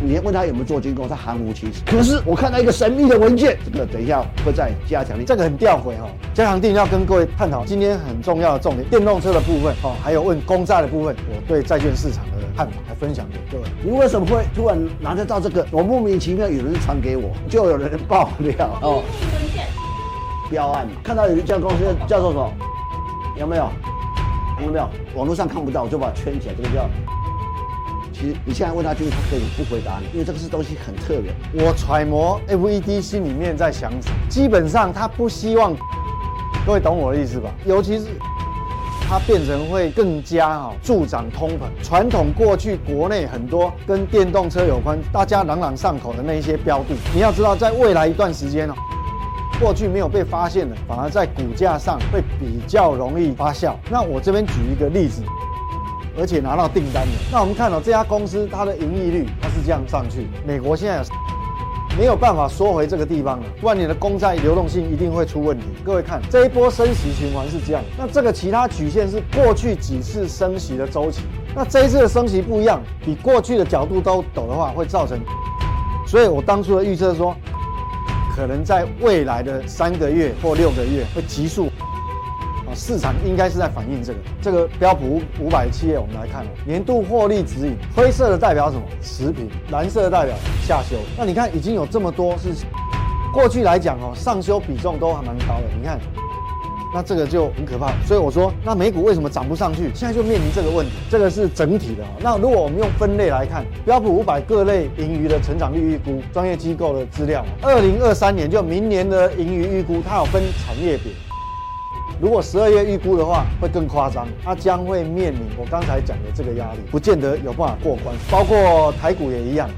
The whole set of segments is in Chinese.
你问他有没有做军工，他含糊其辞。可是我看到一个神秘的文件，这个等一下会在加强力， 这个很吊诡哦。加强定要跟各位探讨今天很重要的重点，电动车的部分哦，还有问公债的部分，我对债券市场的看法来分享给各位。 你为什么会突然拿得到这个？我莫名其妙有人传给我，就有人爆料哦。标案看到有一家公司叫做什么？有没有？有没有？网络上看不到，我就把它圈起来。这个叫……其实你现在问他就是他可以不回答你，因为这个是东西很特别。 我揣摩 FED 心里面在想什么，基本上他不希望各位懂我的意思吧？尤其是它变成会更加助长通膨。传统过去国内很多跟电动车有关，大家朗朗上口的那一些标的，你要知道，在未来一段时间过去没有被发现的，反而在股价上会比较容易发酵。那我这边举一个例子，而且拿到订单的。那我们看这家公司它的盈利率，它是这样上去。美国现在没有办法缩回这个地方了，不然你的公债流动性一定会出问题。各位看这一波升息循环是这样，那这个其他曲线是过去几次升息的周期。那这一次的升息不一样，比过去的角度都陡的话，会造成。所以我当初的预测说，可能在未来的3个月或6个月会急速。市场应该是在反映这个标普500企业，我们来看年度获利指引，灰色的代表什么？持平，蓝色的代表下修。那你看已经有这么多是过去来讲上修比重都还蛮高的，你看，那这个就很可怕。所以我说，那美股为什么涨不上去？现在就面临这个问题，这个是整体的。那如果我们用分类来看，标普500各类盈余的成长率预估，专业机构的资料，2023年就明年的盈余预估，它有分产业别。如果12月预估的话，会更夸张，它将会面临我刚才讲的这个压力，不见得有办法过关。包括台股也一样。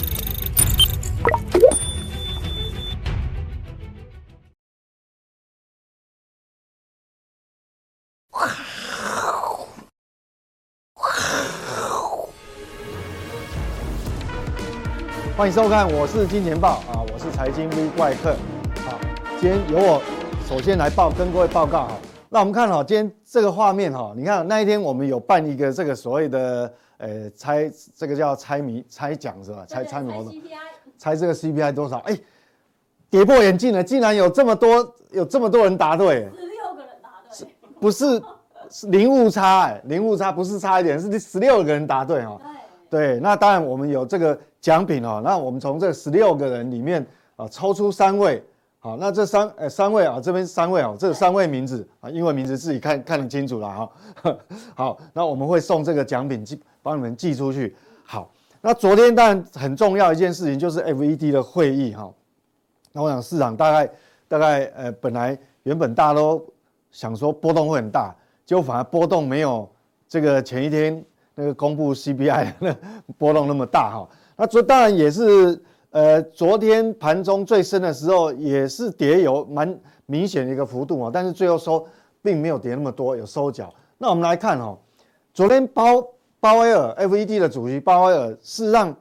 欢迎收看，我是金钱豹我是财经 V 怪客。今天由我首先来跟各位报告那我们看今天这个画面你看那一天我们有办一个这个所谓的这个叫猜奖是吧？猜模的，猜这个 CPI 多少？跌破眼镜了，竟然有这么多人答对 ，16个人答对， 不是零误差零误差不是差一点，是16个人答对对，那当然我们有这个奖品那我们从这16个人里面抽出3位。好，那这三位这边3位这3位名字英文名字自己看得清楚了好，那我们会送这个奖品帮你们寄出去。好，那昨天当然很重要一件事情就是 FED 的会议那我想市场大概本来原本大家都想说波动会很大，结果反而波动没有这个前一天那个公布 CPI 的波动那么大那当然也是。昨天盘中最深的时候也是跌有蛮明显的一个幅度但是最后收并没有跌那么多，有收脚。那我们来看昨天鲍威尔 FED 的主席鲍威尔事实上，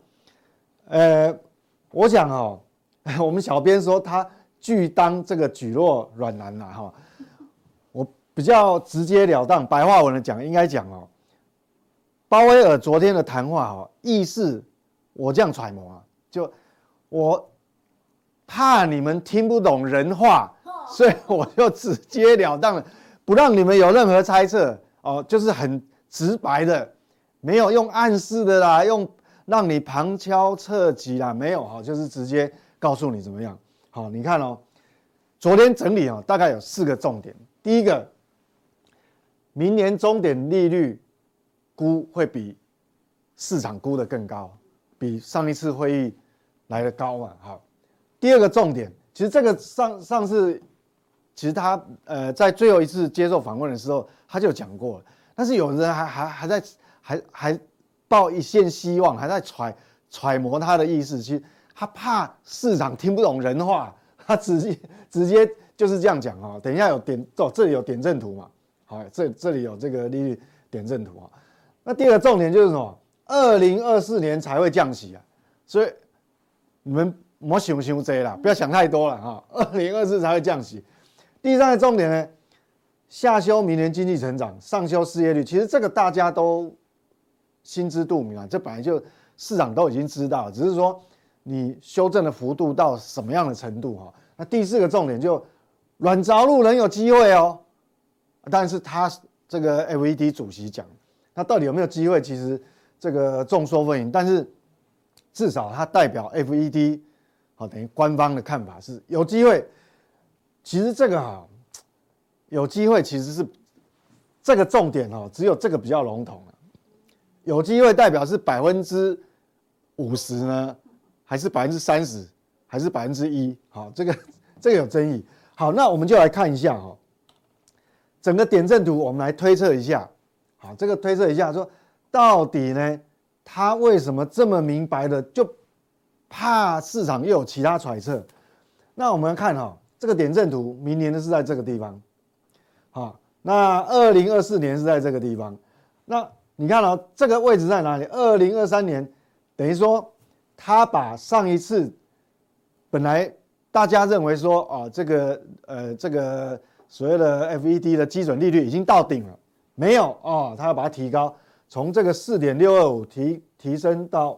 我想我们小编说他拒当这个举落软男啦我比较直截了当白话文的讲，应该讲鲍威尔昨天的谈话意思我这样揣摩就。我怕你们听不懂人话，所以我就直截了当的，不让你们有任何猜测就是很直白的，没有用暗示的啦，用让你旁敲侧击啦，没有就是直接告诉你怎么样。好，你看昨天整理大概有4个重点。第一个，明年终点利率估会比市场估的更高，比上一次会议来得高嘛？好，第二个重点，其实这个上次，其实他在最后一次接受访问的时候，他就讲过了。但是有人还抱一线希望，还在揣摩他的意思。其实他怕市场听不懂人话，他直接就是这样讲等一下有这里有点阵图嘛？好，这里有这个利率点阵图那第二个重点就是什么？2024年才会降息所以。你们莫想这啦，不要想太多了2024才会降息。第三个重点呢，下修明年经济成长，上修失业率，其实这个大家都心知肚明这本来就市场都已经知道，只是说你修正的幅度到什么样的程度哈。那第4个重点就软着陆仍有机会哦，但是他这个 FED 主席讲，那到底有没有机会？其实这个众说纷纭，但是至少他代表 FED 好，等于官方的看法是有机会。其实这个有机会其实是这个重点只有这个比较笼统了。有机会代表是50%呢，还是30%，还是1%？好，这个有争议。好，那我们就来看一下整个点阵图，我们来推测一下。好，这个推测一下说，到底呢，他为什么这么明白的就怕市场又有其他揣测？那我们看这个点阵图，明年的是在这个地方。好，那2024年是在这个地方。那你看这个位置在哪里？2023年，等于说他把上一次本来大家认为说这个所谓的 FED 的基准利率已经到顶了，没有他要把它提高，从这个4.625提升到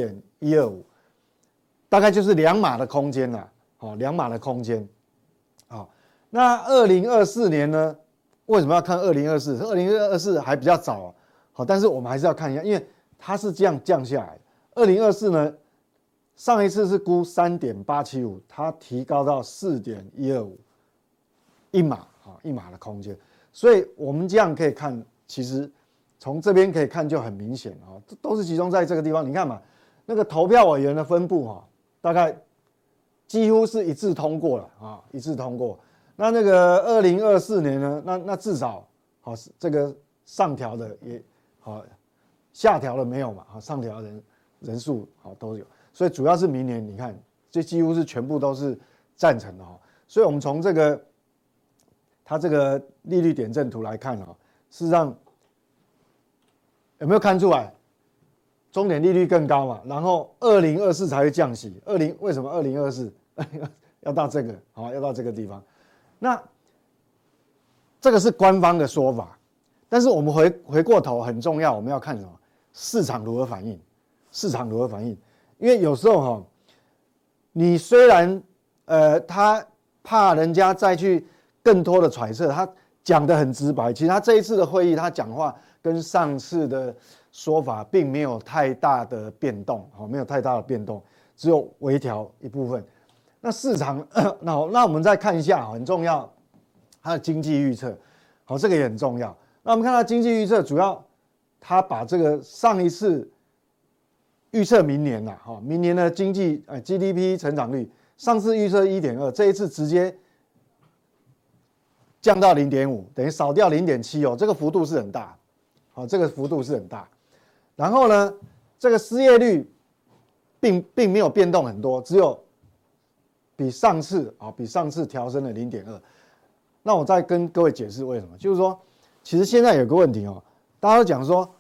5.125，大概就是2码的空间啦，2码的空间。好，那2024年呢？为什么要看2024？2024还比较早好，但是我们还是要看一下，因为它是这样降下来。2024呢，上一次是估3.875，它提高到4.125，一码的空间。所以我们这样可以看，其实从这边可以看就很明显都是集中在这个地方。你看嘛，那个投票委员的分布大概几乎是一致通过了一致通过。那个2024年呢，那至少这个上调的也下调的没有嘛上调的人数都有，所以主要是明年你看，这几乎是全部都是赞成的所以我们从它这个利率点阵图来看事实上有没有看出来，终点利率更高嘛，然后2024才会降息。为什么2024要到这个要到这个地方？那这个是官方的说法，但是我们回过头很重要，我们要看什么？市场如何反应？市场如何反应？因为有时候你虽然他怕人家再去更多的揣测，他讲得很直白。其实他这一次的会议，他讲话跟上次的说法并没有太大的变动，没有太大的变动，只有微调一部分。那市场，那我们再看一下，很重要，它的经济预测，这个也很重要。那我们看它经济预测，主要它把这个上一次预测明年明年的经济GDP 成长率，上次预测1.2，这一次直接降到0.5，等于少掉0.7这个幅度是很大，这个幅度是很大。然后呢，这个失业率并没有变动很多，只有比上次调升了0.2。那我再跟各位解释为什么，就是说，其实现在有个问题大家都讲说，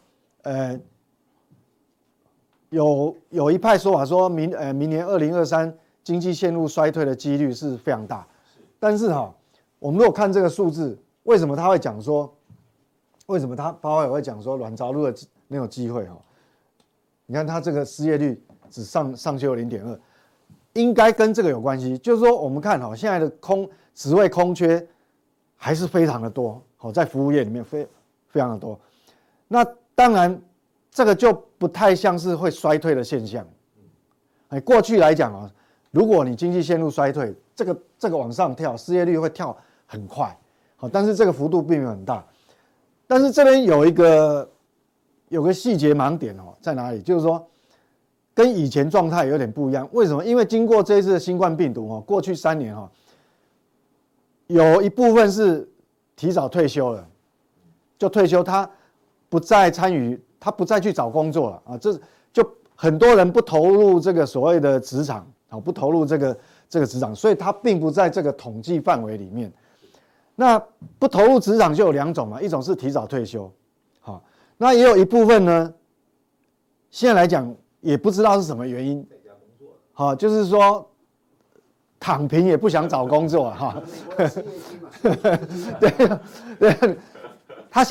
有一派说法说明年2023经济陷入衰退的几率是非常大，但是我们如果看这个数字，为什么他会讲说，为什么鲍威尔会讲说软着陆的没有机会你看他这个失业率只上修0.2。应该跟这个有关系，就是说我们看现在的职位空缺还是非常的多，在服务业里面非常的多。那当然这个就不太像是会衰退的现象。过去来讲如果你经济陷入衰退，这个往上跳，失业率会跳很快，但是这个幅度并没有很大。但是这边有个细节盲点在哪里？就是说，跟以前状态有点不一样。为什么？因为经过这一次的新冠病毒过去3年有一部分是提早退休了，就退休，他不再参与，他不再去找工作了这就很多人不投入这个所谓的职场不投入这个职场，所以他并不在这个统计范围里面。那不投入职场就有2种嘛，一种是提早退休，那也有一部分呢，现在来讲也不知道是什么原因，就是说躺平也不想找工作对，他想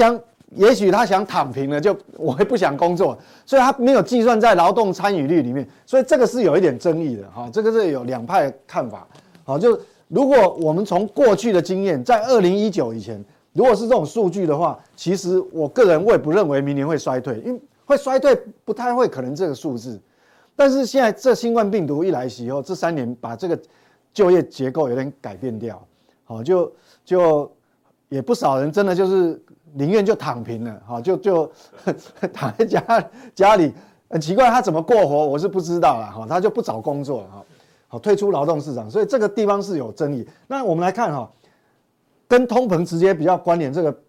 也许他想躺平了，就我也不想工作，所以他没有计算在劳动参与率里面，所以这个是有一点争议的哈。这个是有两派看法，好，就如果我们从过去的经验，在2019以前，如果是这种数据的话，其实我个人我也不认为明年会衰退，因为会衰退不太会可能这个数字，但是现在这新冠病毒一来袭以后，这3年把这个就业结构有点改变掉，好，就也不少人真的就是宁愿就躺平了，好，就躺在家里，很奇怪他怎么过活，我是不知道啦，他就不找工作了，好，退出劳动市场，所以这个地方是有争议。那我们来看哈，跟通膨直接比较关联，这个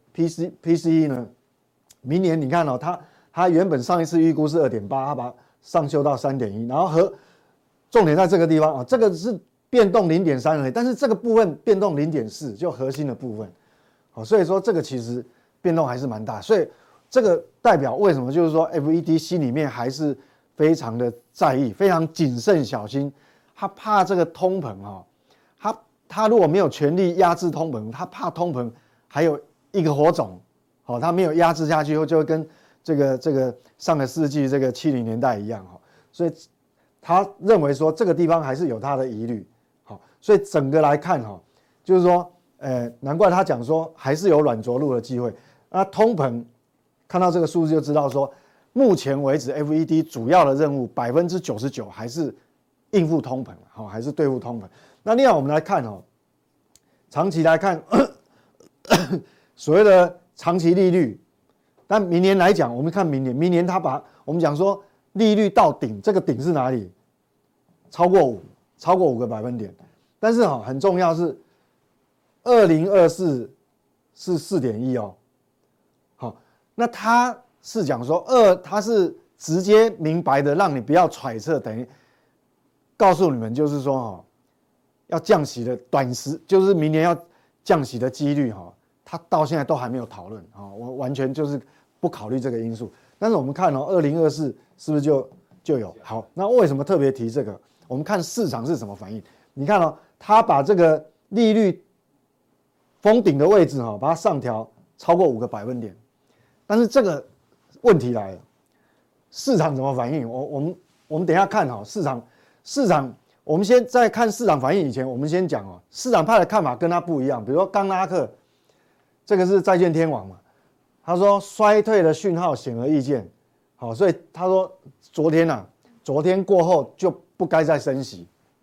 PCE 呢，明年你看哦，它原本上一次预估是2.8，它把它上修到3.1，然后重点在这个地方啊，这个是变动0.3而已，但是这个部分变动0.4，就核心的部分。好，所以说这个其实变动还是蛮大，所以这个代表为什么就是说 FED 心里面还是非常的在意，非常谨慎小心，他怕这个通膨哈，他如果没有全力压制通膨，他怕通膨还有一个火种，好，他没有压制下去后就会跟这个上个世纪这个70年代一样哈，所以他认为说这个地方还是有他的疑虑，好，所以整个来看哈，就是说。难怪他讲说还是有软着陆的机会。那通膨看到这个数字就知道说，目前为止 FED 主要的任务99%还是应付通膨，好，还是对付通膨。那另外我们来看哦，长期来看，所谓的长期利率，但明年来讲，我们看明年他把我们讲说利率到顶，这个顶是哪里？超过5个百分点。但是很重要是。2024是4.1哦，好，那他是讲说他是直接明白的让你不要揣测，等于告诉你们就是说要降息的就是明年要降息的几率他到现在都还没有讨论我完全就是不考虑这个因素。但是我们看2024是不是就有？好，那为什么特别提这个？我们看市场是什么反应？你看他把这个利率封顶的位置把它上调超过5个百分点，但是这个问题来了，市场怎么反应？我们等一下看市场，我们先在看市场反应以前，我们先讲市场派的看法跟他不一样。比如说冈拉克，这个是债券天王嘛，他说衰退的讯号显而易见，好，所以他说昨天过后就不该再升息，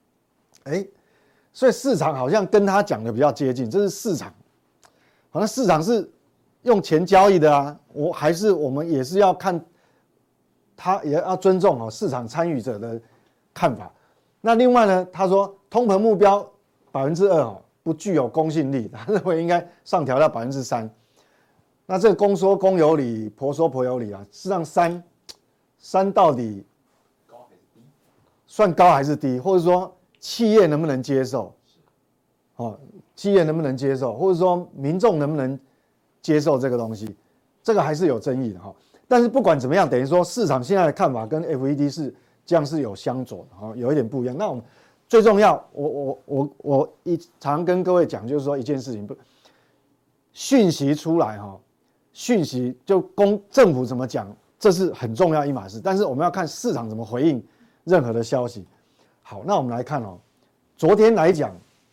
所以市场好像跟他讲的比较接近，这是市场。好，那市场是用钱交易的啊，我们也是要看，他也要尊重市场参与者的看法。那另外呢，他说通膨目标2%不具有公信力，他认为应该上调到3%。那这个公说公有理，婆说婆有理啊。事实上3到底算高还是低，或者说企业能不能接受？企业能不能接受，或者说民众能不能接受这个东西，这个还是有争议的但是不管怎么样，等于说市场现在的看法跟 FED 是这样是有相左的有一点不一样。那我们最重要，我常跟各位讲，就是说一件事情，讯息出来讯息就政府怎么讲，这是很重要一码事。但是我们要看市场怎么回应任何的消息。好，那我们来看昨天来讲，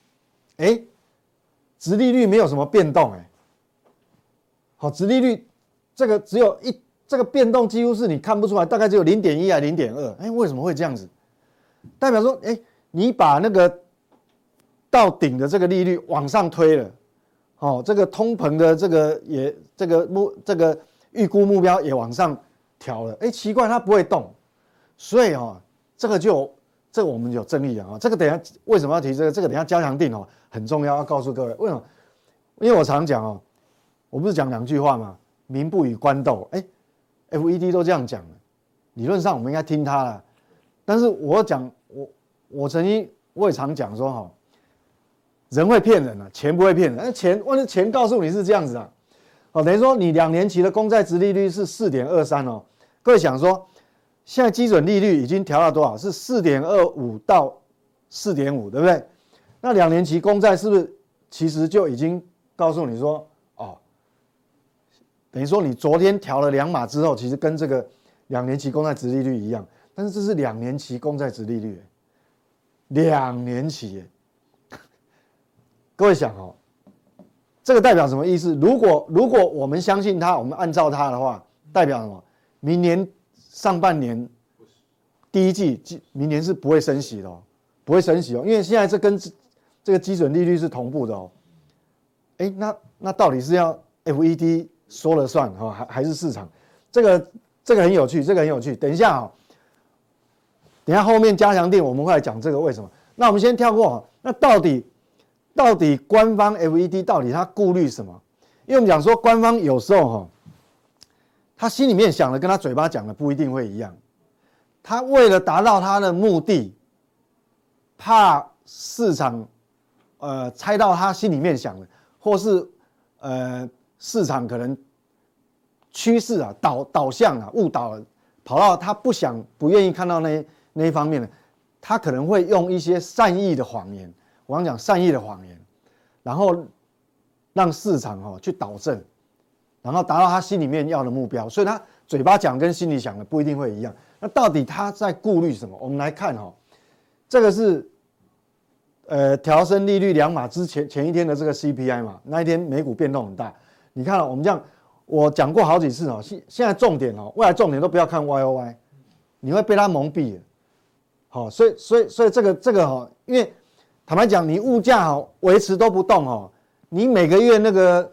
殖利率没有什么变动好，殖利率这个只有这个变动几乎是你看不出来，大概只有0.1还0.2，为什么会这样子？代表说你把那个到顶的这个利率往上推了，这个通膨的这个预估目标也往上调了，奇怪它不会动，所以这个我们有争议这个等一下为什么要提这个？这个等一下加强定很重要，要告诉各位为什么？因为我常讲我不是讲2句话吗？民不与官斗，FED 都这样讲了，理论上我们应该听他了。但是我曾经我也常讲说人会骗人钱不会骗人。问题钱告诉你是这样子等于说你2年期的公债殖利率是4.23各位想说，现在基准利率已经调到多少？是4.25到4.5，对不对？那2年期公债是不是其实就已经告诉你说等于说你昨天调了2码之后，其实跟这个2年期公债殖利率一样，但是这是2年期公债殖利率，2年期耶，各位想哦，这个代表什么意思？如果我们相信它，我们按照它的话，代表什么？明年上半年第一季，明年是不会升息的哦，不会升息哦，因为现在这跟这个基准利率是同步的哦。那到底是要 FED 说了算还是市场？这个很有趣，这个很有趣。等一下等一下后面加强定我们会来讲这个为什么。那我们先跳过那到底官方 FED 到底他顾虑什么？因为我们讲说官方有时候他心里面想的跟他嘴巴讲的不一定会一样。他为了达到他的目的，怕市场猜到他心里面想的，或是市场可能趋势导向误导了，跑到他不愿意看到那一方面的，他可能会用一些善意的谎言。我刚讲善意的谎言，然后让市场去导正，然后达到他心里面要的目标。所以他嘴巴讲跟心里想的不一定会一样。那到底他在顾虑什么？我们来看这个是调升利率2码之前一天的这个 CPI 嘛，那一天美股变动很大。你看我们这样，我讲过好几次现在重点未来重点都不要看 YOY， 你会被它蒙蔽了。所以这个因为坦白讲，你物价维持都不动你每个月那个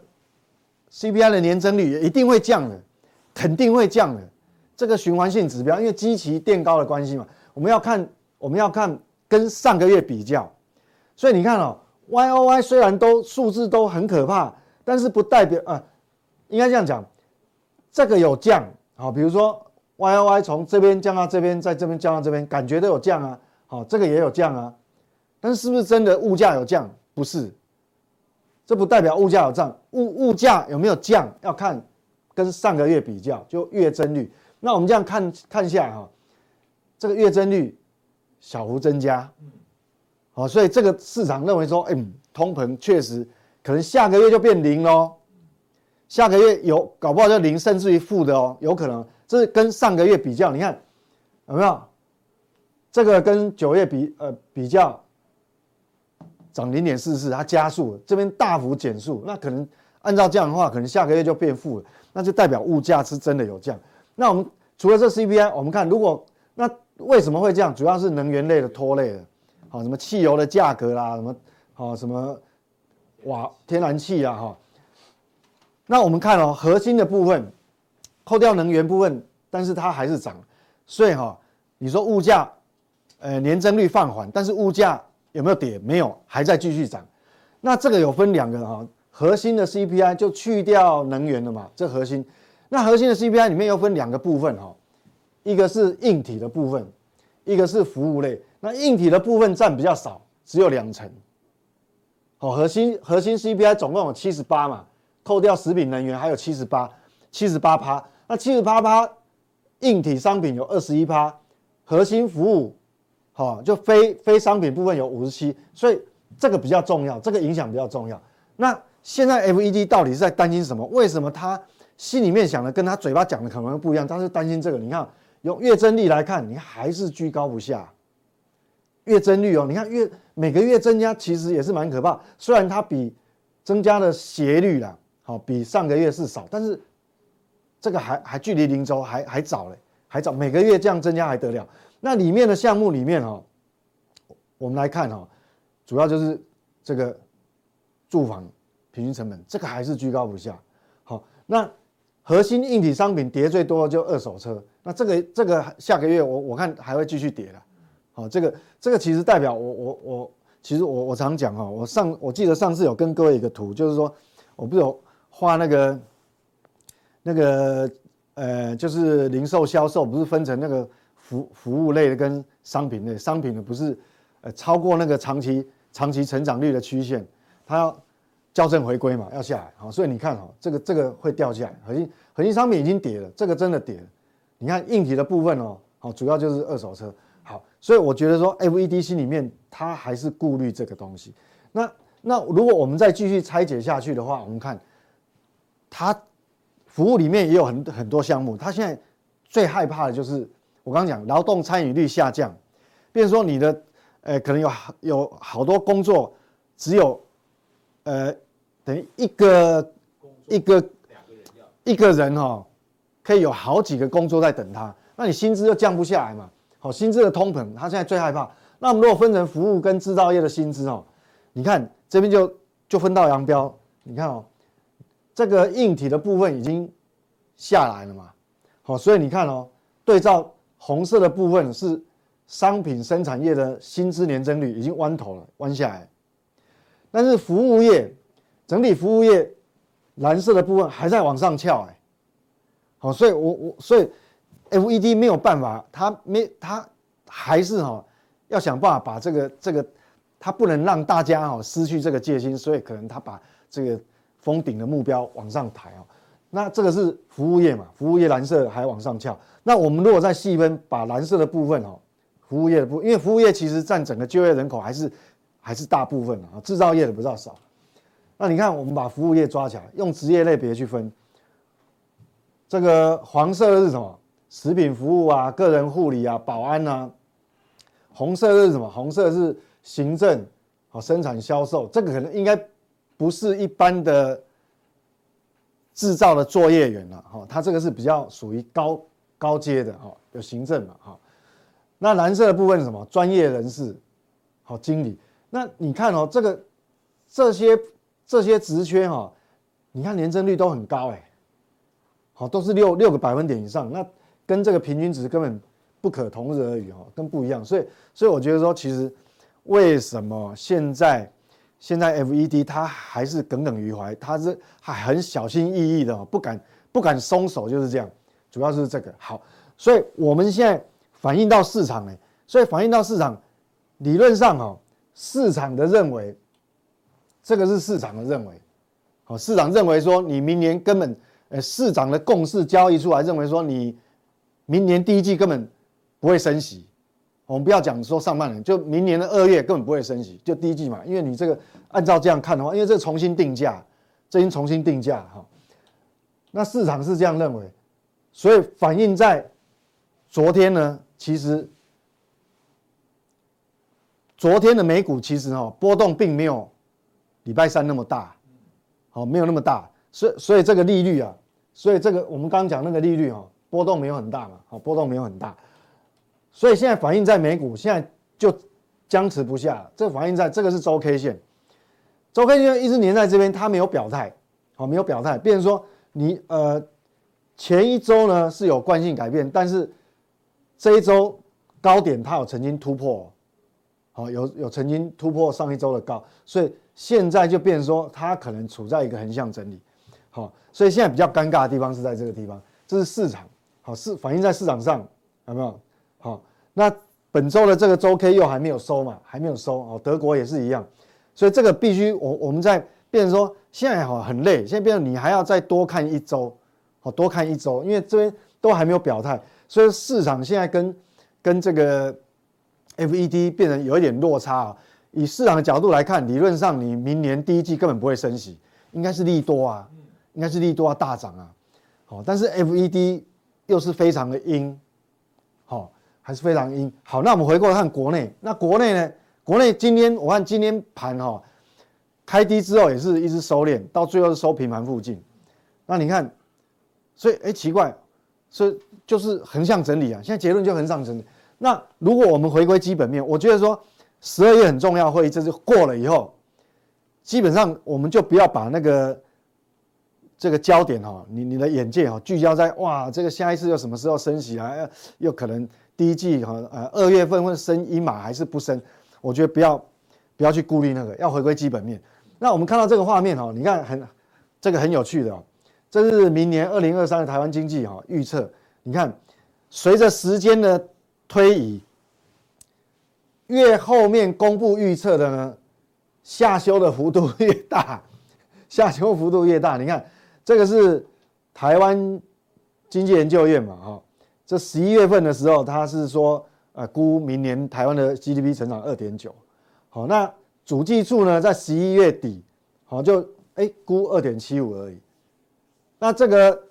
CPI 的年增率也一定会降的，肯定会降的。这个循环性指标，因为基期垫高的关系嘛，我们要看跟上个月比较。所以你看YOY 虽然数字都很可怕，但是不代表应该这样讲，这个有降比如说 YOY 从这边降到这边，在这边降到这边，感觉都有降这个也有降但是是不是真的物价有降？不是，这不代表物价有降，物价有没有降要看跟上个月比较，就月增率。那我们这样看下来这个月增率小幅增加，所以这个市场认为说，通膨确实可能下个月就变0咯，下个月搞不好就0，甚至于负的有可能。这是跟上个月比较，你看有没有？这个跟9月比较，涨0.44，它加速了，这边大幅减速，那可能按照这样的话，可能下个月就变负了，那就代表物价是真的有降。那我们除了这 CPI， 我们看那为什么会这样？主要是能源类的拖累了，什么汽油的价格啦，什么天然气那我们看核心的部分，扣掉能源部分，但是它还是涨，所以你说物价年增率放缓，但是物价有没有跌？没有，还在继续涨。那这个有分2个核心的 CPI 就去掉能源了嘛，这核心。那核心的 CPI 里面又分2个部分一个是硬体的部分，一个是服务类。那硬体的部分占比较少，只有2%。核心 CPI 总共有78嘛，扣掉食品能源还有78%。那78%硬体商品有21%，核心服务就非商品部分有57%，所以这个比较重要，这个影响比较重要。那现在 FED 到底是在担心什么？为什么他心里面想的跟他嘴巴讲的可能不一样？他是担心这个。你看用月增率来看，你还是居高不下。月增率你看每个月增加其实也是蛮可怕，虽然它比增加的斜率啦，比上个月是少，但是这个还距离0周还早嘞，还早，每个月这样增加还得了？那里面的项目里面我们来看主要就是这个住房平均成本，这个还是居高不下。那核心硬体商品跌最多的就二手车，那这个下个月我看还会继续跌了。这个其实代表其实我常讲我记得上次有跟各位一个图，就是说我不是有画那个就是零售销售不是分成那个服务类的跟商品类，商品的不是超过那个长期成长率的曲线，它要校正回归嘛，要下来。所以你看这个会掉下来，核心商品已经跌了，这个真的跌了。你看硬体的部分主要就是二手车。好，所以我觉得说 FED 心里面它还是顾虑这个东西。那如果我们再继续拆解下去的话，我们看它服务里面也有很多项目，他现在最害怕的就是我刚刚讲劳动参与率下降，比如说你的可能有好多工作只有等于一个人可以有好几个工作在等他，那你薪资就降不下来嘛。好，薪资的通膨，他现在最害怕。那我们如果分成服务跟制造业的薪资你看这边就分道扬镳。你看这个硬体的部分已经下来了嘛。好，所以你看对照红色的部分是商品生产业的薪资年增率已经弯头了，弯下来。但是服务业整体服务业蓝色的部分还在往上翘好，所以FED 没有办法，他还是要想办法把这个，他不能让大家失去这个戒心，所以可能他把这个封顶的目标往上抬那这个是服务业嘛，服务业蓝色还往上翘。那我们如果再细分，把蓝色的部分服务业的部分，因为服务业其实占整个就业人口还是大部分制造业的比较少。那你看，我们把服务业抓起来，用职业类别去分。这个黄色的是什么？食品服务啊，个人护理啊，保安啊。红色的是什么？红色是行政、生产销售，这个可能应该不是一般的制造的作业员了它这个是比较属于高阶的有行政嘛那蓝色的部分是什么？专业人士，经理。那你看这些职缺你看年增率都很高都是6个百分点以上，那跟这个平均值根本不可同日而语跟不一样。所以我觉得说，其实为什么现在 FED 它还是耿耿于怀，它是还很小心翼翼的不敢松手，就是这样。主要是这个好，所以我们现在反映到市场所以反映到市场理论上市场的认为，这个是市场的认为，市场认为说你明年根本市场的共识交易出来，认为说你明年第一季根本不会升息。我们不要讲说上半年，就明年的2月根本不会升息，就第一季嘛。因为你这个按照这样看的话，因为这重新定价，这已经重新定价那市场是这样认为，所以反映在昨天呢，其实昨天的美股其实波动并没有礼拜三那么大，没有那么大，所以这个利率所以这个我们刚刚讲那个利率波动没有很大嘛，波动没有很大，所以现在反映在美股现在就僵持不下了。这个反映在这个是周 K 线，周 K 线一直黏在这边，它没有表态，没有表态，变成说你前一周呢是有惯性改变，但是这一周高点它有曾经突破，有曾经突破上一周的高，所以现在就变成说它可能处在一个横向整理，所以现在比较尴尬的地方是在这个地方，这是市场，是反映在市场上，有没有？那本周的这个周 K 又还没有收嘛，还没有收，德国也是一样，所以这个必须我们在变成说现在很累，现在变成你还要再多看一周，多看一周，因为这边都还没有表态，所以市场现在跟这个 FED 变成有一点落差以市场的角度来看，理论上你明年第一季根本不会升息，应该是利多应该是利多大涨但是 FED 又是非常的阴，还是非常阴。好，那我们回过看国内，那国内呢？国内今天我看今天盘开低之后也是一直收敛，到最后是收平盘附近。那你看，所以奇怪，所以就是横向整理现在结论就横向整理。那如果我们回归基本面，我觉得说12月很重要会议，这是过了以后，基本上我们就不要把这个焦点你的眼界聚焦在哇，这个下一次又什么时候升息又可能第一季2月份会升1码还是不升？我觉得不要去顾虑那个，要回归基本面。那我们看到这个画面你看这个很有趣的这是明年2023的台湾经济预测。你看，随着时间的推移，越后面公布预测的呢，下修的幅度越大，下修幅度越大。你看，这个是台湾经济研究院嘛，这11月份的时候，他是说，估明年台湾的 GDP 成长 2.9， 好，那主计处呢，在11月底，好就估 2.75 而已。那这个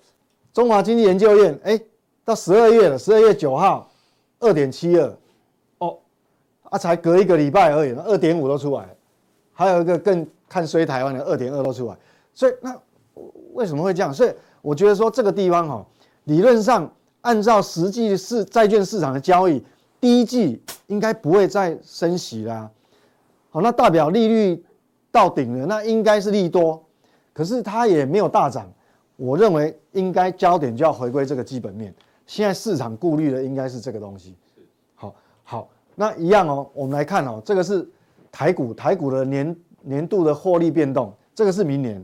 中华经济研究院，到12月了，12月9号，2.72，才隔一个礼拜而已，2.5都出来了，还有一个更看衰台湾的2.2都出来，所以那为什么会这样？所以我觉得说这个地方理论上按照实际债券市场的交易，第一季应该不会再升息啦。好，那代表利率到顶了，那应该是利多，可是它也没有大涨。我认为应该焦点就要回归这个基本面，现在市场顾虑的应该是这个东西。好，那一样我们来看这个是台股的年度的获利变动，这个是明年，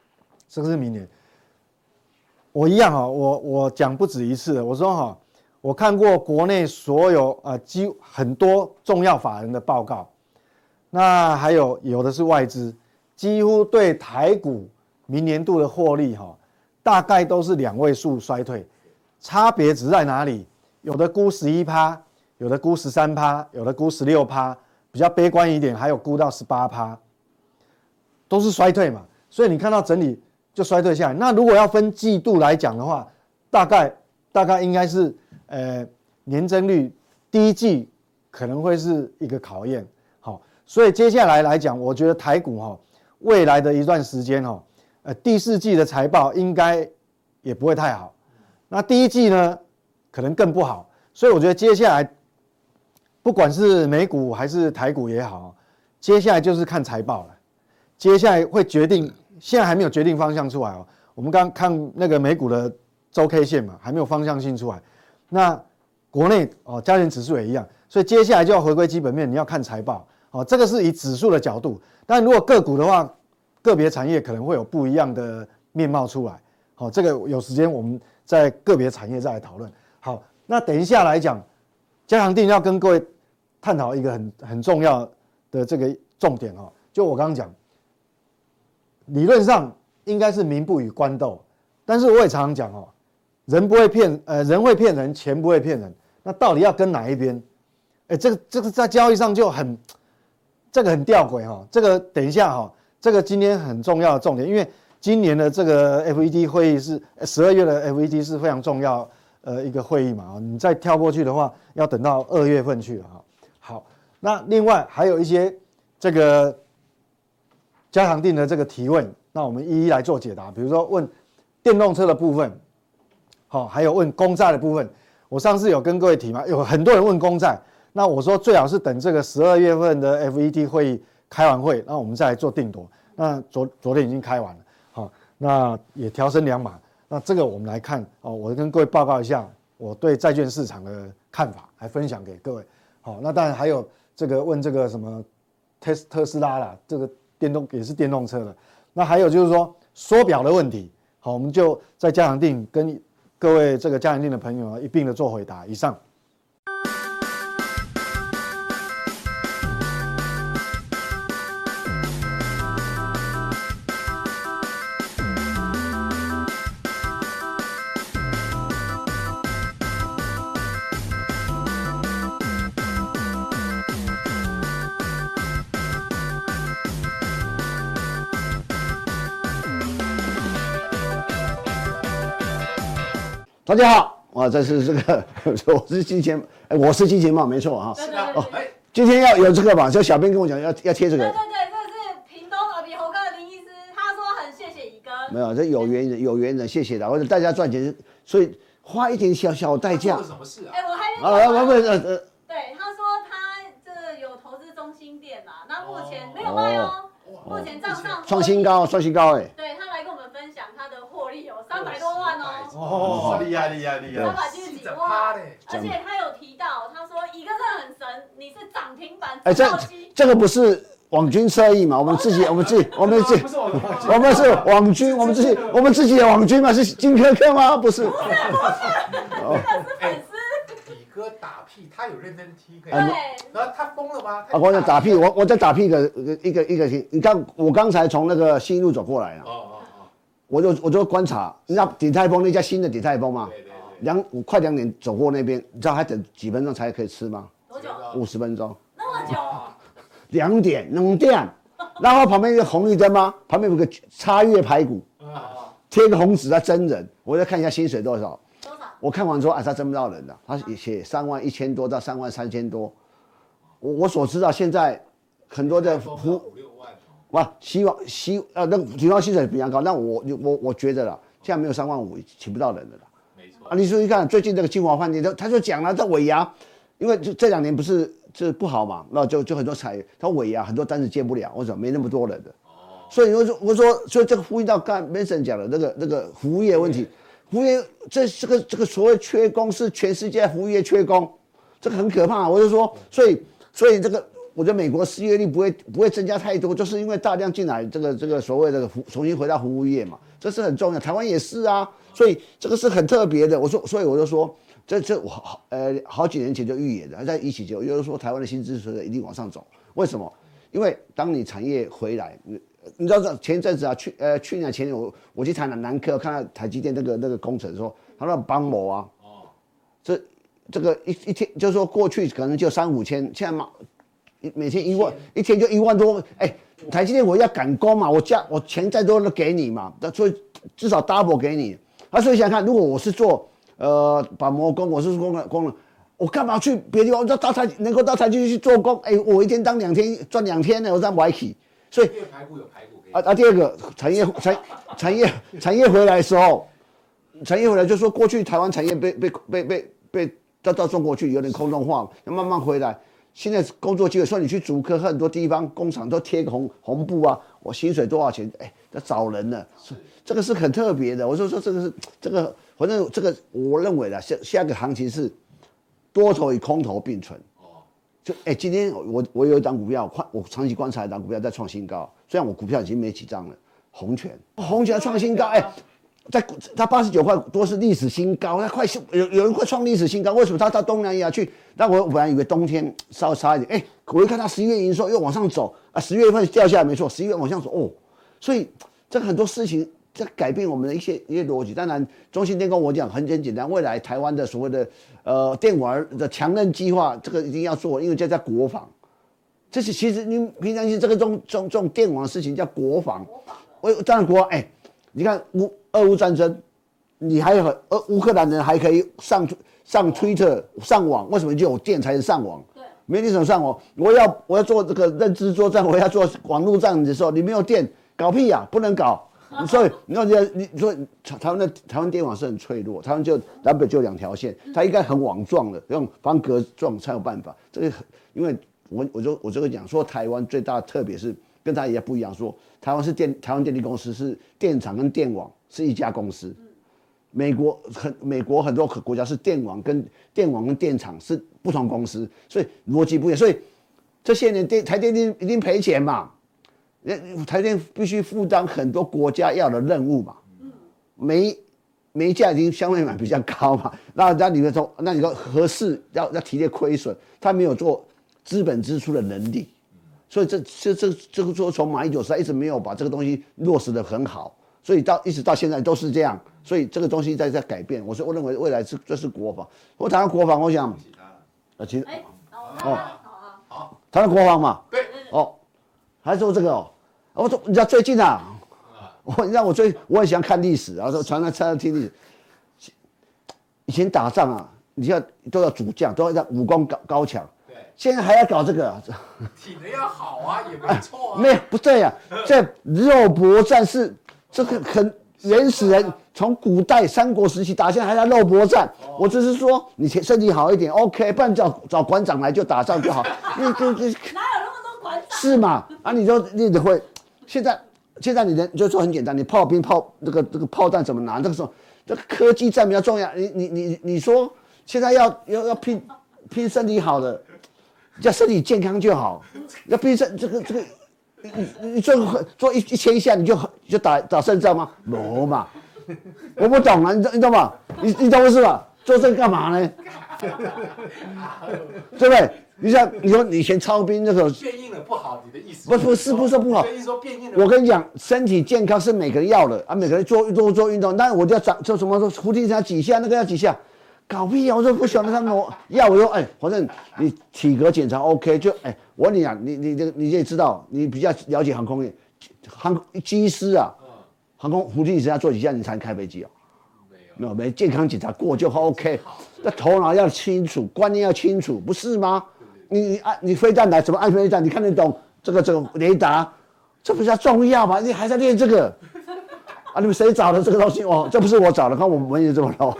我一样我讲不止一次了，我说我看过国内所有几乎很多重要法人的报告，那还有的是外资，几乎对台股明年度的获利大概都是2位数衰退，差别只在哪里？有的估11%，有的估13%，有的估16%，比较悲观一点，还有估到18%，都是衰退嘛。所以你看到整理就衰退下来。那如果要分季度来讲的话，大概应该是年增率第一季可能会是一个考验。好，所以接下来来讲，我觉得台股未来的一段时间第4季的财报应该也不会太好，那第一季呢可能更不好，所以我觉得接下来不管是美股还是台股也好，接下来就是看财报了，接下来会决定，现在还没有决定方向出来我们刚看那个美股的周 K 线嘛，还没有方向性出来，那国内加权指数也一样，所以接下来就要回归基本面，你要看财报这个是以指数的角度，但如果个股的话，个别产业可能会有不一样的面貌出来。好，这个有时间我们在个别产业再来讨论。好，那等一下来讲，加强定要跟各位探讨一个很重要的这个重点就我刚刚讲，理论上应该是民不与官斗，但是我也常常讲人不会骗，人会骗人，钱不会骗人。那到底要跟哪一边？这个在交易上就这个很吊诡这个等一下这个今天很重要的重点，因为今年的这个 FED 会议是12月的 FED 是非常重要一个会议嘛，你再跳过去的话，要等到2月份去了好，那另外还有一些这个加强定的这个提问，那我们一一来做解答。比如说问电动车的部分，还有问公债的部分。我上次有跟各位提嘛，有很多人问公债，那我说最好是等这个12月份的 FED 会议开完会，那我们再来做定夺。那昨天已经开完了，那也调升2码。那这个我们来看我跟各位报告一下我对债券市场的看法，来分享给各位。那当然还有这个问这个什么特斯拉啦，这个也是电动车的。那还有就是说缩表的问题，我们就在加强定跟各位这个加强定的朋友一并的做回答。以上。 大家好，这是这个我是金钱，我是金钱豹，没错今天要有这个嘛，就小编跟我讲要贴这个。 对，这是屏东耳鼻喉科的林医师，他说很谢谢乙哥。 没有，这有缘人，谢谢的，或者大家赚钱，所以花一点小代价。 做什么事啊？我还没对，他说他这有投资中心店啦，那目前没有卖目前账上创新高对他来跟我们分享他的获利有300多万厉害 ，370几万，而且他有提到，他说乙哥真的很神，你是涨停板这个不是网军侧翼嘛？我们是网军，我们自己的网军嘛？是金科科吗？不是， 这个是粉丝。 乙哥打屁，他有认真踢，可以。然后他疯了吗？ 我在打屁，我在打屁一个，你看我刚才从那个新路走过来了。我就观察，你知道鼎泰丰那家新的鼎泰丰吗？快2点走过那边，你知道还等几分钟才可以吃吗？ 多久 ？50分钟。 那么久 ？2点，然后旁边一个红绿灯吗？旁边有个插越排骨， 贴个红纸在征人，我再看一下薪水多少。我看完之后，他征不到人的，他写31000多到33000多。我所知道现在很多的哇，那提高薪水比较高，那我觉得啦，现在没有35000请不到人的啦。 没错啊，你说你看最近这个金华饭店，他就讲了，这尾牙，因为这2年不是不好嘛，那就很多他尾牙很多单子接不了，为什么没那么多人的？所以我说，所以这个呼应到刚才 Mason 讲的那个服务业问题。服务业这个所谓缺工是全世界服务业缺工，这个很可怕。我就说，所以这个我觉得美国失业率不会增加太多，就是因为大量进来这个所谓的重新回到服务业嘛，这是很重要。台湾也是啊，所以这个是很特别的。所以我就说，我好几年前就预言的，在17年，就是说台湾的薪资水准一定往上走。为什么？因为当你产业回来。你知道前一阵子啊，去年前年我去台南科看到台积电那个工程说，他那帮某啊，这个一天就是说过去可能就3-5千，现在每天1万，一天就1万多，台积电我要赶工嘛，我钱再多都给你嘛，所以至少 double 给你。所以想看，如果我是做板模工，我是工人，我干嘛去别的地方？能够到台积电去做工，我一天当2天赚2天呢，我这样不起。所以排骨有排骨第二个产业回来的时候，产业回来就说过去台湾产业被到中国去有点空洞化，要慢慢回来。现在工作机会，说你去竹科很多地方工厂都贴个红布啊，我薪水多少钱？在找人呢，这个是很特别的。我说这个，反正这个我认为的下个行情是多头与空头并存。就今天我有一档股票，我长期观察一档股票在创新高，虽然我股票已经没几张了，红泉创新高，它89块多是历史新高，它快有人快创历史新高，为什么它到东南亚去？那我本来以为冬天稍微差一点，我一看它11月营收又往上走啊，10月份掉下来没错，11月往上走所以这很多事情在改变我们的一些逻辑。当然，中信电工我讲很简单，未来台湾的所谓的电玩的强韧计划，这个一定要做，因为这叫国防。这是其实你平常心这个这种电网的事情叫国防。当然你看俄乌战争，你还有乌克兰人还可以上 Twitter 上网，为什么就有电才能上网？对，没电怎么上网？我要做这个认知作战，我要做网络战的时候，你没有电，搞屁呀，不能搞。所以你说台湾电网是很脆弱，台湾南北就2条线，它应该很网状的，用方格状才有办法。这个因为我这个讲说台湾最大的特别是跟它也不一样，说台湾电力公司是电厂跟电网是一家公司，美国很多国家是电网跟电厂是不同公司，所以逻辑不一样。所以这些年台电一定赔钱嘛。台电必须负担很多国家要的任务嘛，煤价已经相对比较高嘛，那你们说，那你说合适要提列亏损，他没有做资本支出的能力，所以这个说从马英九时代一直没有把这个东西落实得很好，所以一直到现在都是这样，所以这个东西在改变。我认为未来这是国防。我谈到国防，我想，其实好， 谈到国防嘛， 对， 还说这个我说你知道最近啊，你知道我很喜欢看历史，然后常常听历史。以前打仗啊，你要都要主将，都要武功高强。对，现在还要搞这个， 体能要好啊，也没错啊。 没有不对呀，这肉搏战是这个很原始人从古代三国时期打，现在还在肉搏战。我只是说你身体好一点 ，OK， 不然找馆长来就打仗就好。 哪有那么多馆长？ 是嘛？你得会。现在你就说很简单，你炮兵这个炮弹怎么拿？这个时候，这个科技战比较重要。你说现在要拼身体好的，要身体健康就好。要拼这个，你做1000下你就打胜仗吗？没嘛，我不懂啊，你懂吗？你懂我是吧？做这个干嘛呢？对不对？你说你以前操兵那个变硬了不好，你的意思？ 不是不好。 说变硬了。 我跟你讲，身体健康是每个人要的啊，每个人做运动。但是我就要做什么？说伏地挺身几下，那个要几下，搞屁啊！我说不晓得他们要我说反正你体格检查 OK 就我跟你讲，你也知道，你比较了解航空业，机师啊， 航空服役时要做几下你才能开飞机哦？没有，没健康检查过就 OK。那头脑要清楚，观念要清楚，不是吗？你飞弹来怎么按飞弹？你看得懂这个雷达？这比较重要吧？你还在练这个啊？你们谁找的这个东西？哦，这不是我找的，看我们也这么漏。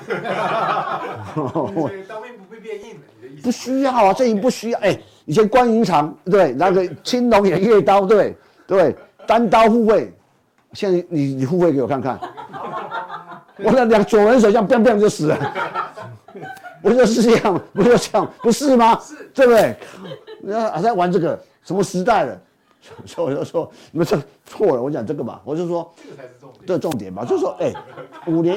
当兵不会变硬的，你的意思？ 不需要啊，这已经不需要。以前关云长对那个青龙偃月刀对，单刀护卫。现在你护卫给我看看，我那两左轮手这样 biang biang 就死了，不就是这样？不就这样？不是吗？是，对不对？还在玩这个，什么时代了？所以我就说你们这错了。我讲这个嘛，我就说这个才是重点。 这重点嘛，就是说5年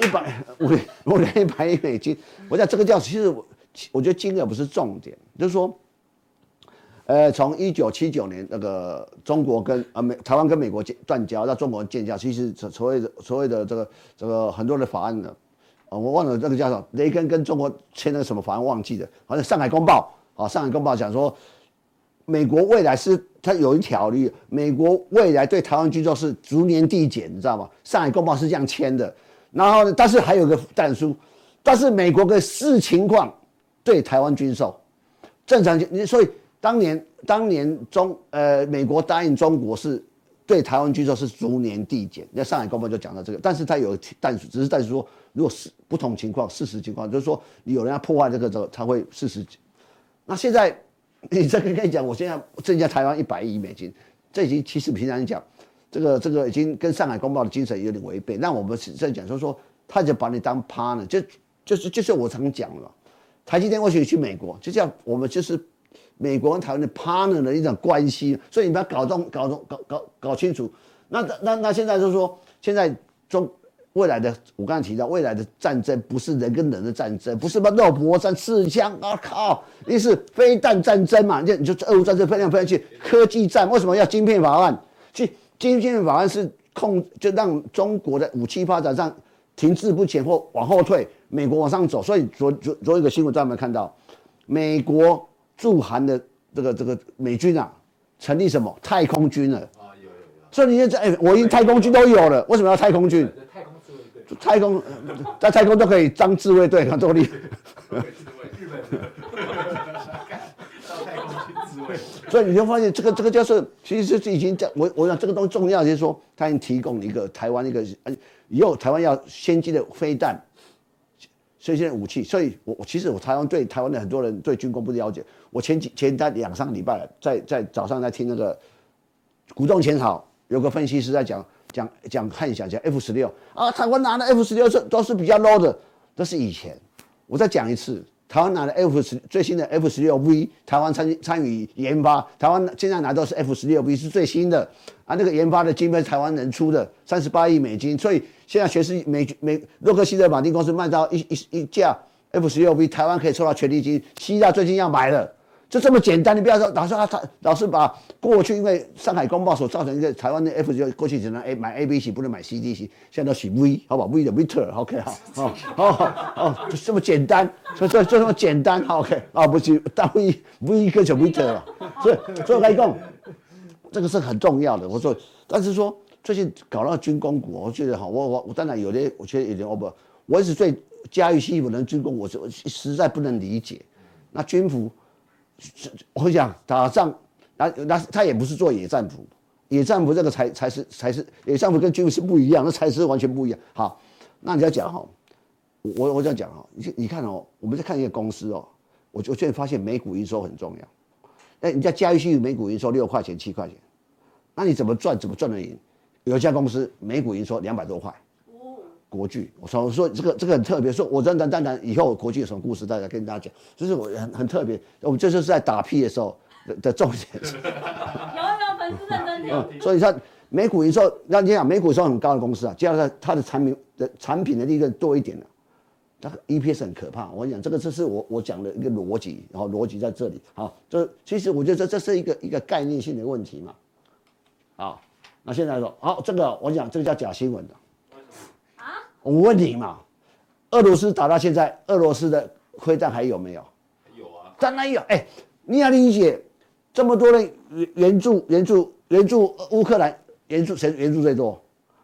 100亿美金，我讲这个叫，其实我觉得金额不是重点，就是说。从1979年那个中国跟台湾跟美国断交，到中国建交，其实所谓的这个很多的法案呢，我忘了这个叫什么，雷根跟中国签那个什么法案忘记了，好像《上海公报》啊，《上海公报》讲说，美国未来是它有一条律，美国未来对台湾军售是逐年递减，你知道吗？《上海公报》是这样签的，然后呢，但是还有个但书，但是美国的视情况对台湾军售，正常所以。当年美国答应中国是对台湾军售是逐年递减，那上海公报就讲到这个，但是它有但书，只是但是说，如果是不同情况、事实情况，就是说有人要破坏这个，他会事实。那现在你这个跟你讲，我现在增加台湾100亿美金，这已经其实平常讲，这个已经跟上海公报的精神有点违背。那我们在讲就是说，他就把你当 partner，就是我常讲了，台积电为什么去美国，就这样，我们就是。美国跟台湾的 partner 的一种关系，所以你们要搞清楚。那现在就是说，现在未来的我刚才提到未来的战争不是人跟人的战争，不是什么肉搏战、刺枪啊靠，你是飞弹战争嘛？你就俄乌战争飞来飞去，科技战为什么要晶片法案？晶片法案是就让中国的武器发展上停滞不前或往后退，美国往上走。所以昨一个新闻大家有没有看到？美国驻韩的这个美军啊，成立什么太空军了啊？有。所以你现在我已经太空军都有了，为什么要太空军？ 太空自卫队。 在太空都可以当自卫队，很多力。 日本的。到太空去自卫。 所以你就发现这个就是，其实是已经在我想这个东西重要，就是说它已经提供一个台湾一个以后台湾要先进的飞弹。先进的武器，所以其实台湾对台湾的很多人对军工不了解。我前2、3个礼拜在早上在听那个股动前好有个分析师在讲汉翔讲 F16啊，台湾拿的 F16都是比较 low 的，这是以前。我再讲一次，台湾拿的最新的 F16V， 台湾参与研发，台湾现在拿到是 F16V 是最新的啊，那个研发的经费是台湾人出的，38亿美金，所以。现在全是洛克希德马丁公司卖到一架 F16V， 台湾可以抽到权利金，希腊最近要买了，就这么简单。你不要说老是把过去因为上海公报所造成一个台湾的 F16过去只能买 A B 型，不能买 C D 型，现在都写 V， 好吧 ？V 的 Victor OK 好，就这么简单，就这么简单 OK 不是大 V 跟小 Victor 了，所以我跟你讲，这个是很重要的。我说，但是说。最近搞到军工股，我觉得哈，我当然我觉得有点 over。我一直对嘉裕西服的军工，我实在不能理解。那军服，我想打仗，那他也不是做野战服，野战服这个才是野战服跟军服是不一样，那才是完全不一样。好，那你要讲哈，我这样讲哈，你看哦，我们在看一个公司哦，我最近发现每股营收很重要。人家嘉裕西服每股营收6块钱7块钱，那你怎么赚得赢？有一家公司每股营收200多块，国巨，我说这个很特别，说我当然以后国巨有什么故事，大家跟大家讲，就是我很特别，我们这就是在打屁的时候的重点。有粉丝认真听。 所以它每股营收，那你讲每股营收很高的公司啊，加上它的产品的利润多一点了，它 EPS 很可怕。我跟你讲，这是我讲的一个逻辑，然后逻辑在这里。好，其实我觉得这是一个概念性的问题嘛。好。那现在说好，这个我讲这个叫假新闻的。啊？我问你嘛，俄罗斯打到现在，俄罗斯的飞弹还有没有？ 有啊， 当然有。你要理解，这么多人援助乌克兰，援助谁援助最多？ 美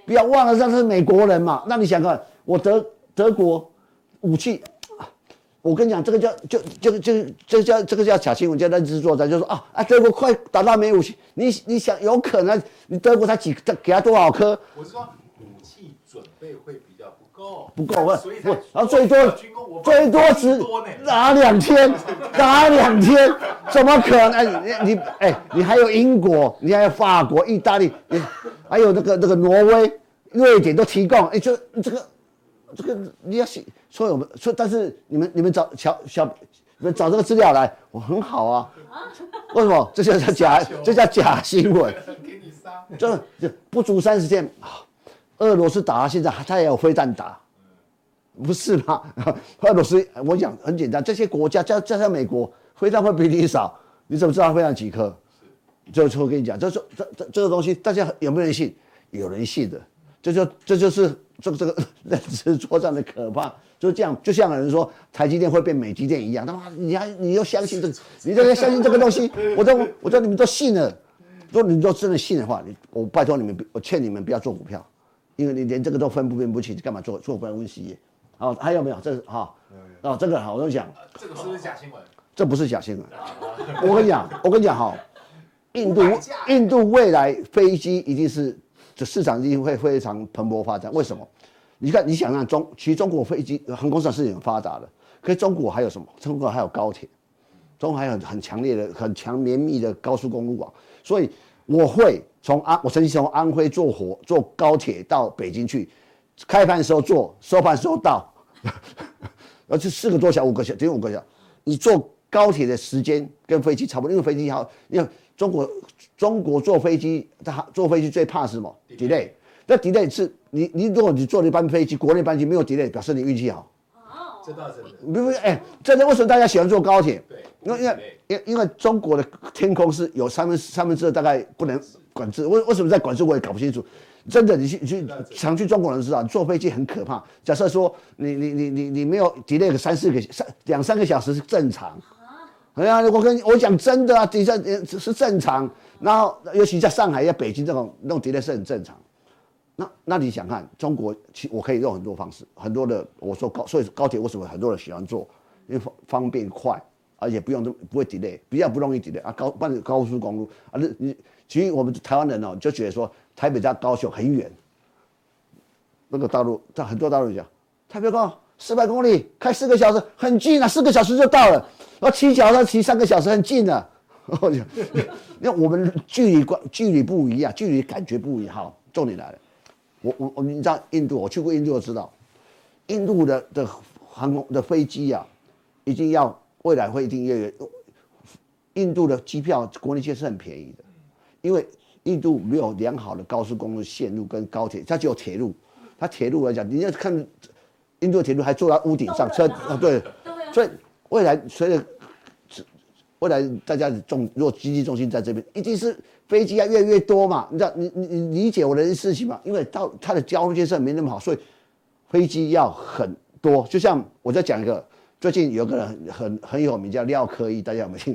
不要忘了，这是美国人嘛。那你想看，我德国武器，我跟你讲，这个叫假新闻，叫认知作战，就是说德国快打到没武器，你想有可能，你德国才给他多少颗？ 我是说武器准备会比较不够， 所以然后最多只打2天，怎么可能？你还有英国，你还有法国、意大利，还有那个挪威、瑞典都提供，就这个你要说我们说，但是你们找你们找这个资料来，我很好啊。为什么？这叫假新闻。 给你杀。 就不足30天，俄罗斯打到现在，他也有飞弹打，不是吗？俄罗斯，我讲很简单，这些国家加上美国，飞弹会比你少，你怎么知道飞弹几颗？就我跟你讲，这个东西，大家有没有人信？有人信的，这就是这个认知作战的可怕，就这样，就像有人说台积电会变美积电一样，他妈你又相信这个，你都要相信这个东西，我说你们都信了，如果你都真的信的话，我拜托你们，我劝你们不要做股票，因为你连这个都分不清，干嘛做分析业？好，还有没有？这是这个好，我跟你讲， 这个是不是假新闻？ 这不是假新闻，我跟你讲哈，印度未来飞机一定是。这市场一定会非常蓬勃发展，为什么？你看，你想想其实中国飞机航空上是很发达的，可是中国还有什么？中国还有高铁，中国还有很强烈的、很绵密的高速公路网，所以我曾经从安徽坐高铁到北京去，开盘的时候坐，收盘的时候到，而且4个多小时、5个小时，只有5个小时，你坐高铁的时间跟飞机差不多，因为飞机因为中国坐飞机最怕是什么 ？delay。那 delay 是如果你坐了一班飞机，国内班机没有 delay， 表示你运气好。 这倒是真的。真的为什么大家喜欢坐高铁？ 对， 因为中国的天空是有三分之二大概不能管制。为什么在管制我也搞不清楚。真的，你去常去中国人知道，你坐飞机很可怕。假设说你没有 delay 个2-3个小时是正常。我讲真的啊，是正常。然后尤其在上海、在北京那种 delay 是很正常。那你想看中国，我可以用很多方式，很多的我说所以高铁为什么很多人喜欢坐？因为方便快，而且不会 delay， 比较不容易 delay 啊。高速公路啊，其实我们台湾人就觉得说台北到高雄很远，那个道路在很多道路讲，台北高400公里开4个小时很近啊，4个小时就到了。然后骑脚踏车骑3个小时很近了。因为我们距离不一样，距离感觉不一样。好，重点来了，你知道印度，我去过印度，我知道，印度的航空的飞机啊，一定要未来会一定越印度的机票国内线是很便宜的，因为印度没有良好的高速公路线路跟高铁，它只有铁路。它铁路来讲，你要看印度的铁路还坐在屋顶上，对，所以未来未来大家如果经济重心在这边，一定是飞机要越来越多嘛。你知道，你理解我的事情吗？因为它的交通建设没那么好，所以飞机要很多。就像我再讲一个，最近有个人很有名叫廖科一，大家有没有听？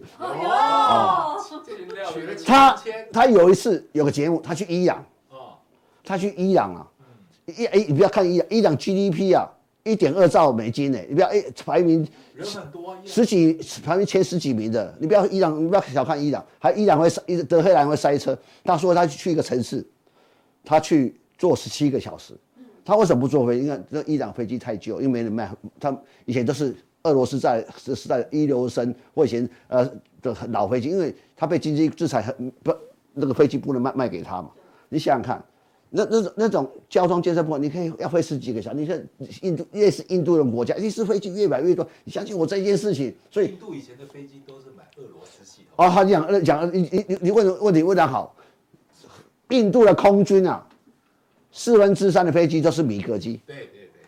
他有一次有个节目，他去伊朗啊，你不要看伊朗 GDP 啊。1.2兆美金呢，你不要排名人很多， 排名前10几名的，你不要小看伊朗，还伊朗会德黑兰会塞车。他说他去一个城市，他去坐17个小时，他为什么不坐飞机？因为那伊朗飞机太旧，因为没人卖，他以前都是俄罗斯时代一流生或以前的老飞机，因为他被经济制裁，那个飞机不能卖给他嘛。你想想看。那种交通建设部分，你可以要飞10几个小时。你看越是印度的国家，一定是飞机越买越多。你相信我这件事情，所以印度以前的飞机都是买俄罗斯系统。 他讲你问题问得好，印度的空军啊，3/4的飞机都是米格机。 对，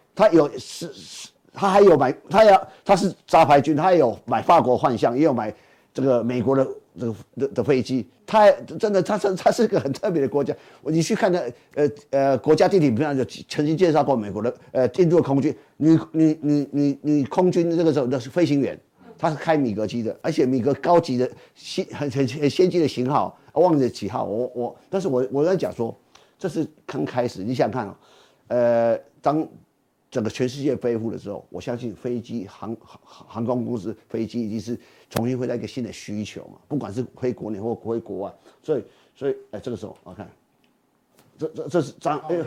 他还有买，他是杂牌军，他也有买法国幻象，也有买这个美国的飞机。他真的，他是个很特别的国家。你去看的国家地理频道就曾经介绍过美国的印度的空军，女空军这个时候的飞行员，他是开米格机的，而且米格高级的很先进的型号，忘记几号。但是我在讲说， 这是刚开始。你想看当整个全世界恢复的时候，我相信飞机航空公司飞机已经是重新回到一个新的需求嘛，不管是飞国内或飞国外，所以这个时候我看，这是张为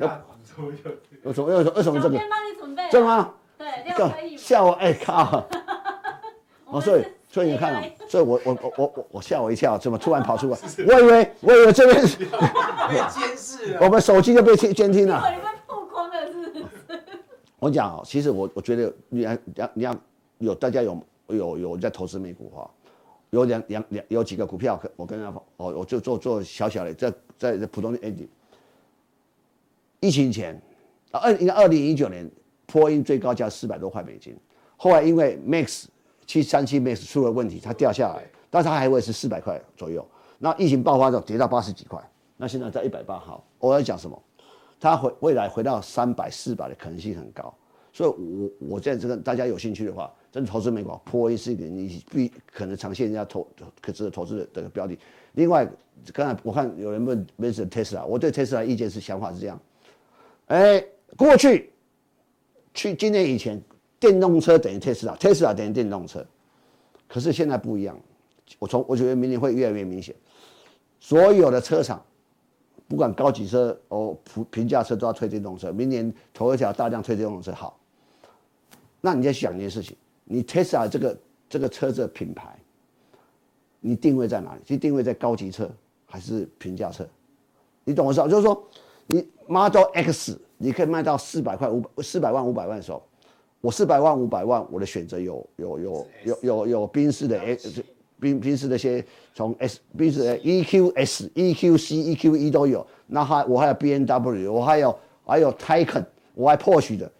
什么这个？ 帮你准备， 真的吗？ 对，这样可以。 吓我靠！所以你看所以我吓我一跳，怎么突然跑出来？我以为这边被监视了， 我们手机就被监听了。 你被曝光了是不是？ 我讲其实我觉得你要大家有在投资美股哈，有几个股票，我跟大家我就做小的在普通的 ending。疫情前应该2019年波音最高价400多块美金，后来因为 737 MAX 出了问题，它掉下来，但是它还会是400块左右。那疫情爆发之后跌到80几块，那现在在180。好，我要讲什么？它未来回到300、400的可能性很高。所以我在这个大家有兴趣的话，真的投资美股，波音是一个你可能长线人家可值得投资的这个标的。另外，刚才我看有人问 Tesla， 我对 Tesla 的意见想法是这样。过去今年以前，电动车等于 Tesla 等于电动车，可是现在不一样。我觉得明年会越来越明显，所有的车厂，不管高级车平价车都要推电动车。明年Toyota大量推电动车，好。那你在想一件事情，你 Tesla 这个车子的品牌，你定位在哪里？是定位在高级车还是平价车？你懂我意思吗？就是说，你 Model X 你可以卖到400万、500万的时候，我400万、500万，我的选择有宾士的宾士的些从宾士的 EQC、EQE 都有，那我还有 BMW， 我还有 Taycan， 我还 Porsche 的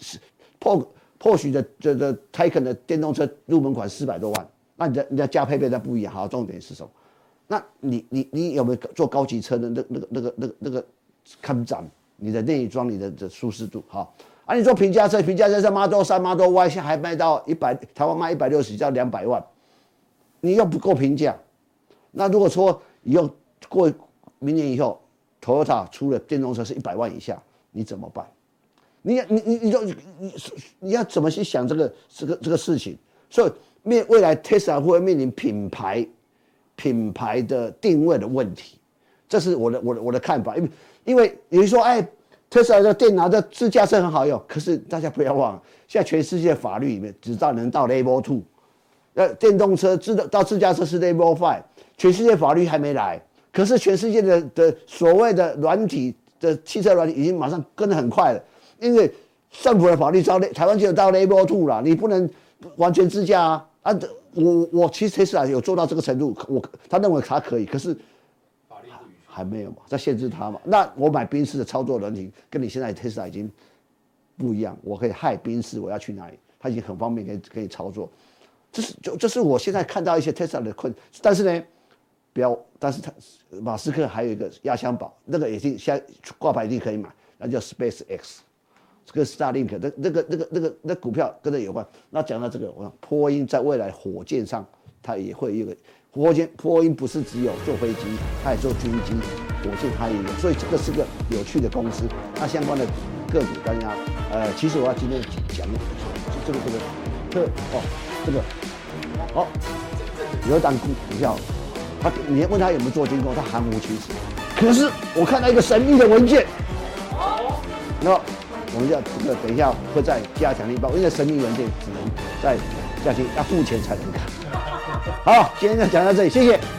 Porsche 的 Taycan 的电动车入门款400多万，那你的价配备它不一样。好，重点是什么？那你有没有做高级车的那个看展？你的内装，你的舒适度好。你做平价车像 Model 3、Model Y， 现在还卖到台湾卖160到200万，你又不够平价。那如果说以后过明年以后 ，Toyota 出了电动车是100万以下，你怎么办？你要怎么去想这个事情？所以未来 Tesla 会面临品牌的定位的问题，这是我的看法。因为有人说Tesla 的电脑的自驾车很好用，可是大家不要忘了，现在全世界法律里面只能到 Level 2，电动车到自驾车是 Level 5，全世界法律还没来，可是全世界的所谓的软体的汽车软体已经马上跟得很快了，因为政府的法律台湾就有到 Level 2了，你不能完全自驾我其实 Tesla 有做到这个程度，他认为他可以，可是还没有嘛，在限制他嘛。那我买宾士的操作软体跟你现在 Tesla 已经不一样，我可以害宾士，我要去哪里，它已经很方便可以操作。这是我现在看到一些 Tesla 的困，但是呢，但是马斯克还有一个压箱宝，那个已经现在挂牌一定可以买，那叫 SpaceX， 这个 Starlink， 那股票跟这有关。那讲到这个，我想波音在未来火箭上，它也会有一个。波音不是只有做飞机，它也做军机、火箭，它也有，所以这个是个有趣的公司。那相关的个股，大家其实我要今天讲有一档股票，你问他有没有做军工，他含糊其辞。可是我看到一个神秘的文件，那我们要等一下会再加强力报，因为神秘文件只能在假期要付钱才能看。好，今天就讲到这里，谢谢。